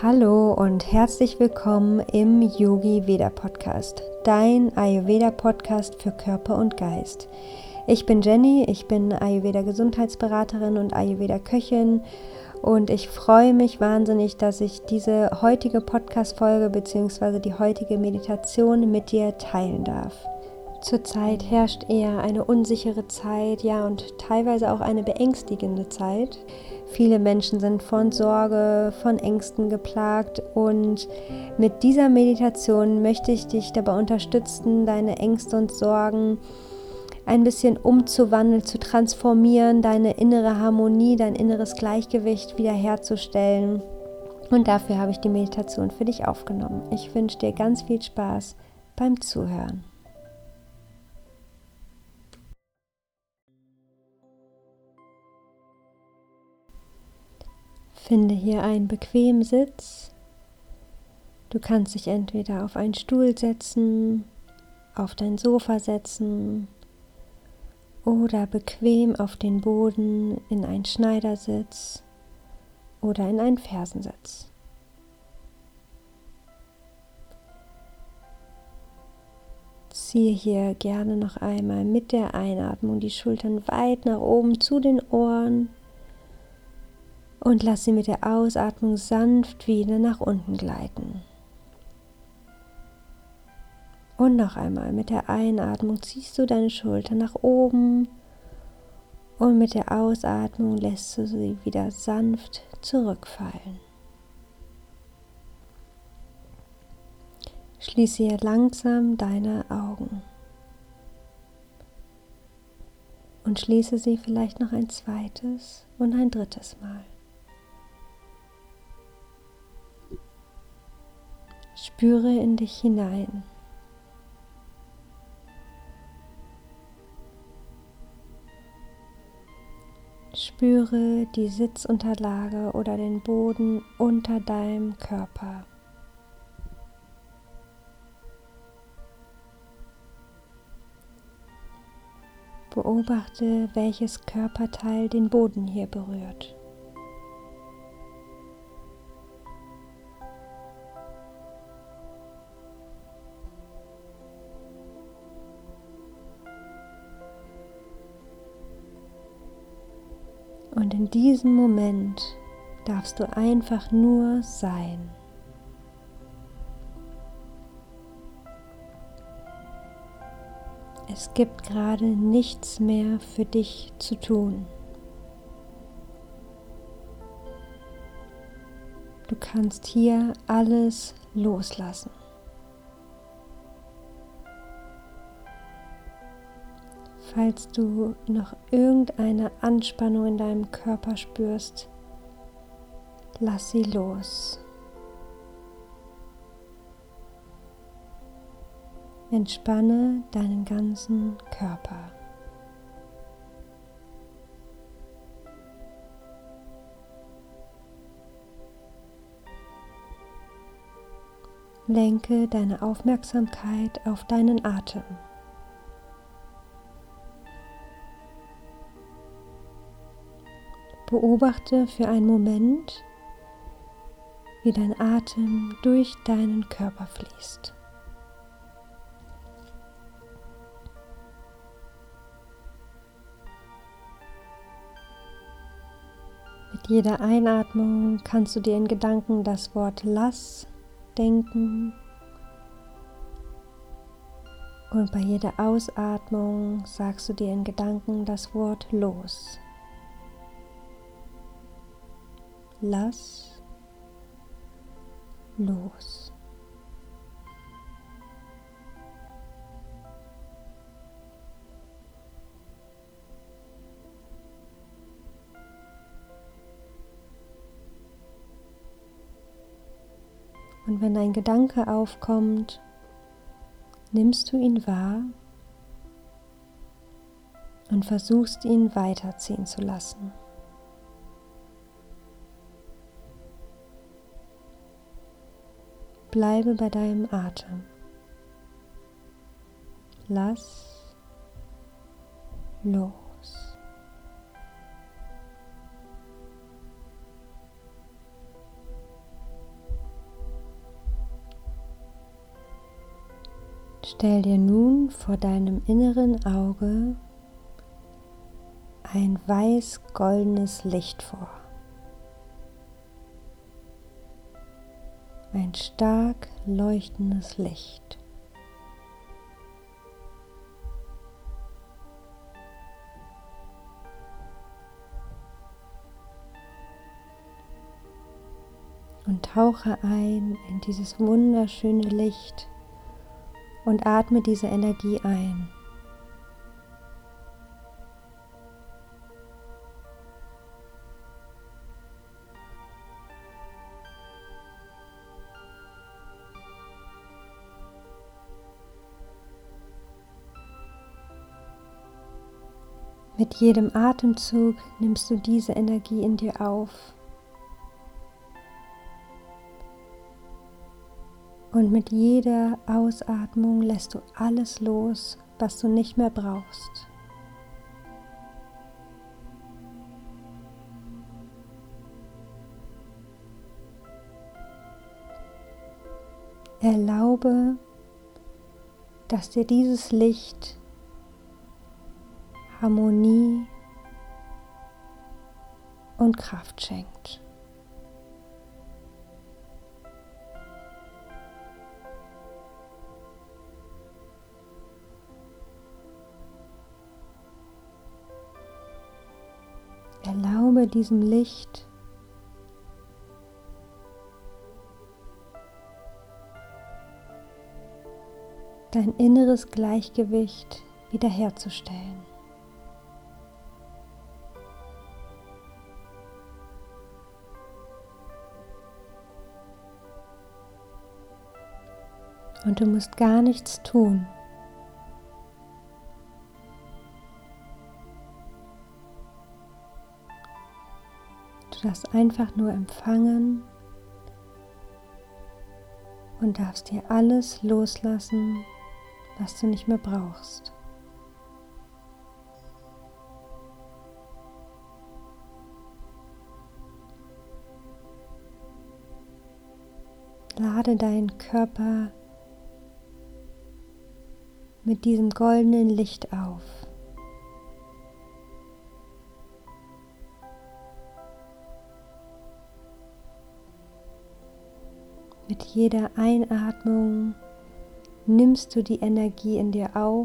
Hallo und herzlich willkommen im Yogi Veda Podcast, dein Ayurveda Podcast für Körper und Geist. Ich bin Jenny, ich bin Ayurveda Gesundheitsberaterin und Ayurveda Köchin und ich freue mich wahnsinnig, dass ich diese heutige Podcast-Folge bzw. die heutige Meditation mit dir teilen darf. Zurzeit herrscht eher eine unsichere Zeit, ja, und teilweise auch eine beängstigende Zeit. Viele Menschen sind von Sorge, von Ängsten geplagt und mit dieser Meditation möchte ich dich dabei unterstützen, deine Ängste und Sorgen ein bisschen umzuwandeln, zu transformieren, deine innere Harmonie, dein inneres Gleichgewicht wiederherzustellen. Und dafür habe ich die Meditation für dich aufgenommen. Ich wünsche dir ganz viel Spaß beim Zuhören. Finde hier einen bequemen Sitz. Du kannst dich entweder auf einen Stuhl setzen, auf dein Sofa setzen oder bequem auf den Boden in einen Schneidersitz oder in einen Fersensitz. Ziehe hier gerne noch einmal mit der Einatmung die Schultern weit nach oben zu den Ohren und lass sie mit der Ausatmung sanft wieder nach unten gleiten. Und noch einmal mit der Einatmung ziehst du deine Schultern nach oben und mit der Ausatmung lässt du sie wieder sanft zurückfallen. Schließe hier langsam deine Augen und schließe sie vielleicht noch ein zweites und ein drittes Mal. Spüre in dich hinein. Spüre die Sitzunterlage oder den Boden unter deinem Körper. Beobachte, welches Körperteil den Boden hier berührt. Und in diesem Moment darfst du einfach nur sein. Es gibt gerade nichts mehr für dich zu tun. Du kannst hier alles loslassen. Falls du noch irgendeine Anspannung in deinem Körper spürst, lass sie los. Entspanne deinen ganzen Körper. Lenke deine Aufmerksamkeit auf deinen Atem. Beobachte für einen Moment, wie dein Atem durch deinen Körper fließt. Mit jeder Einatmung kannst du dir in Gedanken das Wort Lass denken und bei jeder Ausatmung sagst du dir in Gedanken das Wort Los. Lass los. Und wenn ein Gedanke aufkommt, nimmst du ihn wahr und versuchst ihn weiterziehen zu lassen. Bleibe bei deinem Atem. Lass los. Stell dir nun vor deinem inneren Auge ein weiß-goldenes Licht vor. Ein stark leuchtendes Licht. Und tauche ein in dieses wunderschöne Licht und atme diese Energie ein. Mit jedem Atemzug nimmst du diese Energie in dir auf und mit jeder Ausatmung lässt du alles los, was du nicht mehr brauchst. Erlaube, dass dir dieses Licht Harmonie und Kraft schenkt. Erlaube diesem Licht dein inneres Gleichgewicht wiederherzustellen. Und du musst gar nichts tun. Du darfst einfach nur empfangen und darfst dir alles loslassen, was du nicht mehr brauchst. Lade deinen Körper mit diesem goldenen Licht auf. Mit jeder Einatmung nimmst du die Energie in dir auf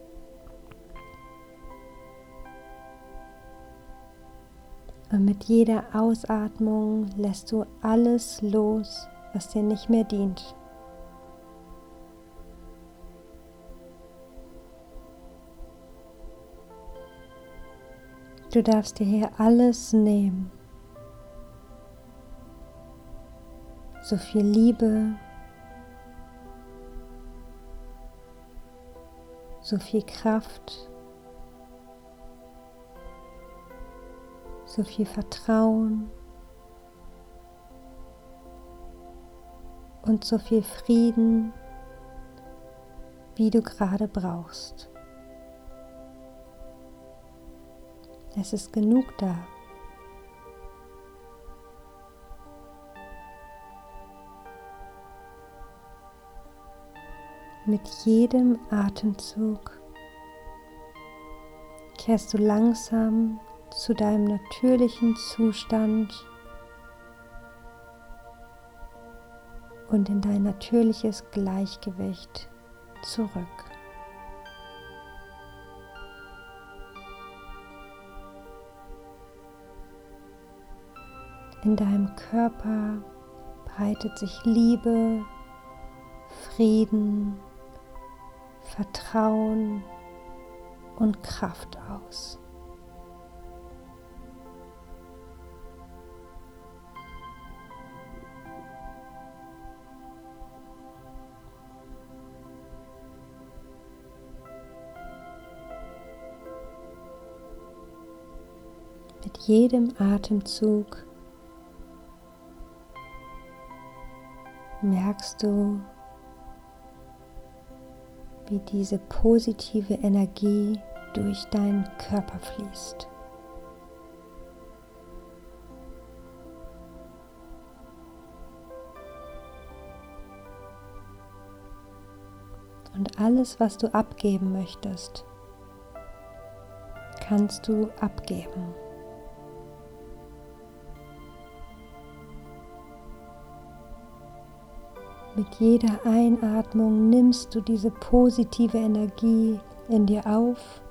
und mit jeder Ausatmung lässt du alles los, was dir nicht mehr dient. Du darfst dir hier alles nehmen. So viel Liebe, so viel Kraft, so viel Vertrauen und so viel Frieden, wie du gerade brauchst. Es ist genug da. Mit jedem Atemzug kehrst du langsam zu deinem natürlichen Zustand und in dein natürliches Gleichgewicht zurück. In deinem Körper breitet sich Liebe, Frieden, Vertrauen und Kraft aus. Mit jedem Atemzug merkst du, wie diese positive Energie durch deinen Körper fließt. Und alles, was du abgeben möchtest, kannst du abgeben. Mit jeder Einatmung nimmst du diese positive Energie in dir auf.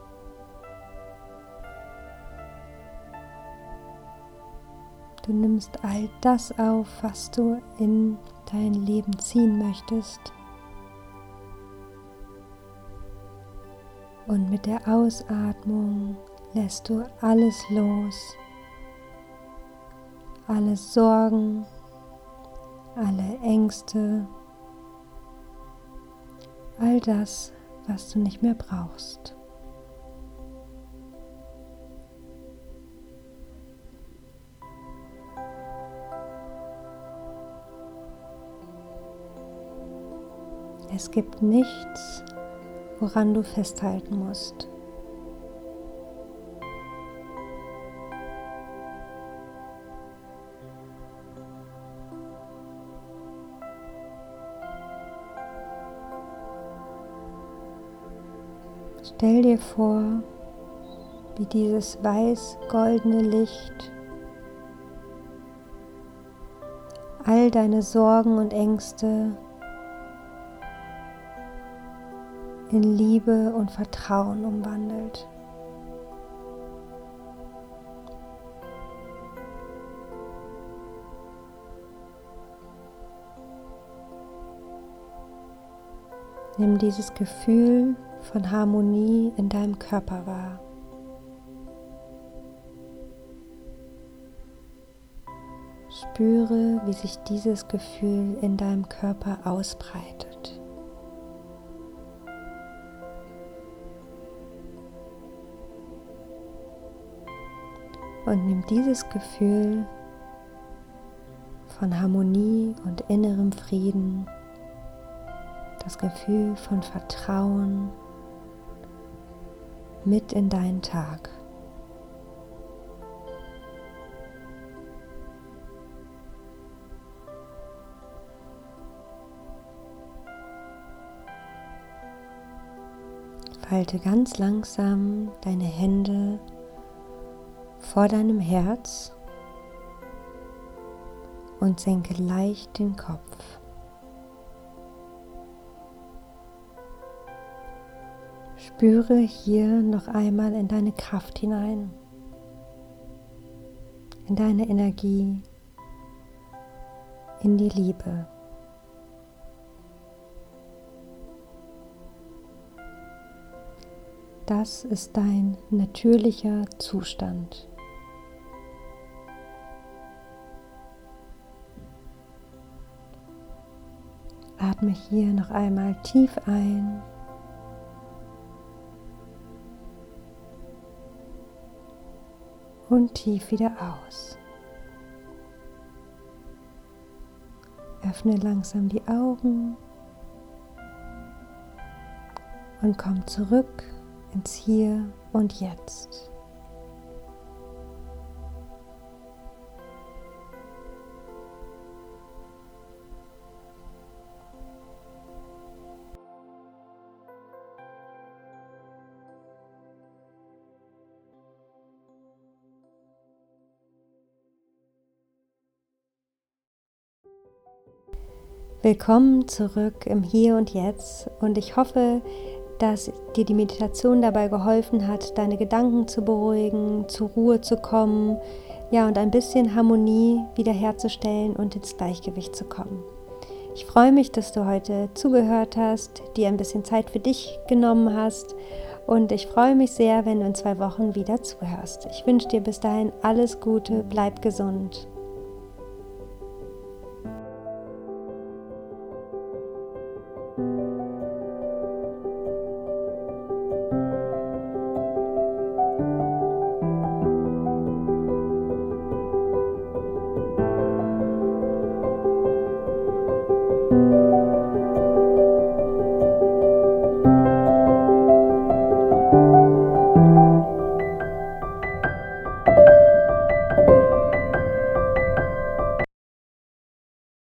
Du nimmst all das auf, was du in dein Leben ziehen möchtest. Und mit der Ausatmung lässt du alles los. Alle Sorgen, alle Ängste, all das, was du nicht mehr brauchst. Es gibt nichts, woran du festhalten musst. Stell dir vor, wie dieses weiß-goldene Licht all deine Sorgen und Ängste in Liebe und Vertrauen umwandelt. Nimm dieses Gefühl von Harmonie in deinem Körper wahr. Spüre, wie sich dieses Gefühl in deinem Körper ausbreitet. Und nimm dieses Gefühl von Harmonie und innerem Frieden, das Gefühl von Vertrauen mit in deinen Tag. Falte ganz langsam deine Hände vor deinem Herz und senke leicht den Kopf. Spüre hier noch einmal in deine Kraft hinein, in deine Energie, in die Liebe. Das ist dein natürlicher Zustand. Atme hier noch einmal tief ein und tief wieder aus. Öffne langsam die Augen und komm zurück ins Hier und Jetzt. Willkommen zurück im Hier und Jetzt und ich hoffe, dass dir die Meditation dabei geholfen hat, deine Gedanken zu beruhigen, zur Ruhe zu kommen, ja, und ein bisschen Harmonie wiederherzustellen und ins Gleichgewicht zu kommen. Ich freue mich, dass du heute zugehört hast, dir ein bisschen Zeit für dich genommen hast und ich freue mich sehr, wenn du in 2 Wochen wieder zuhörst. Ich wünsche dir bis dahin alles Gute, bleib gesund.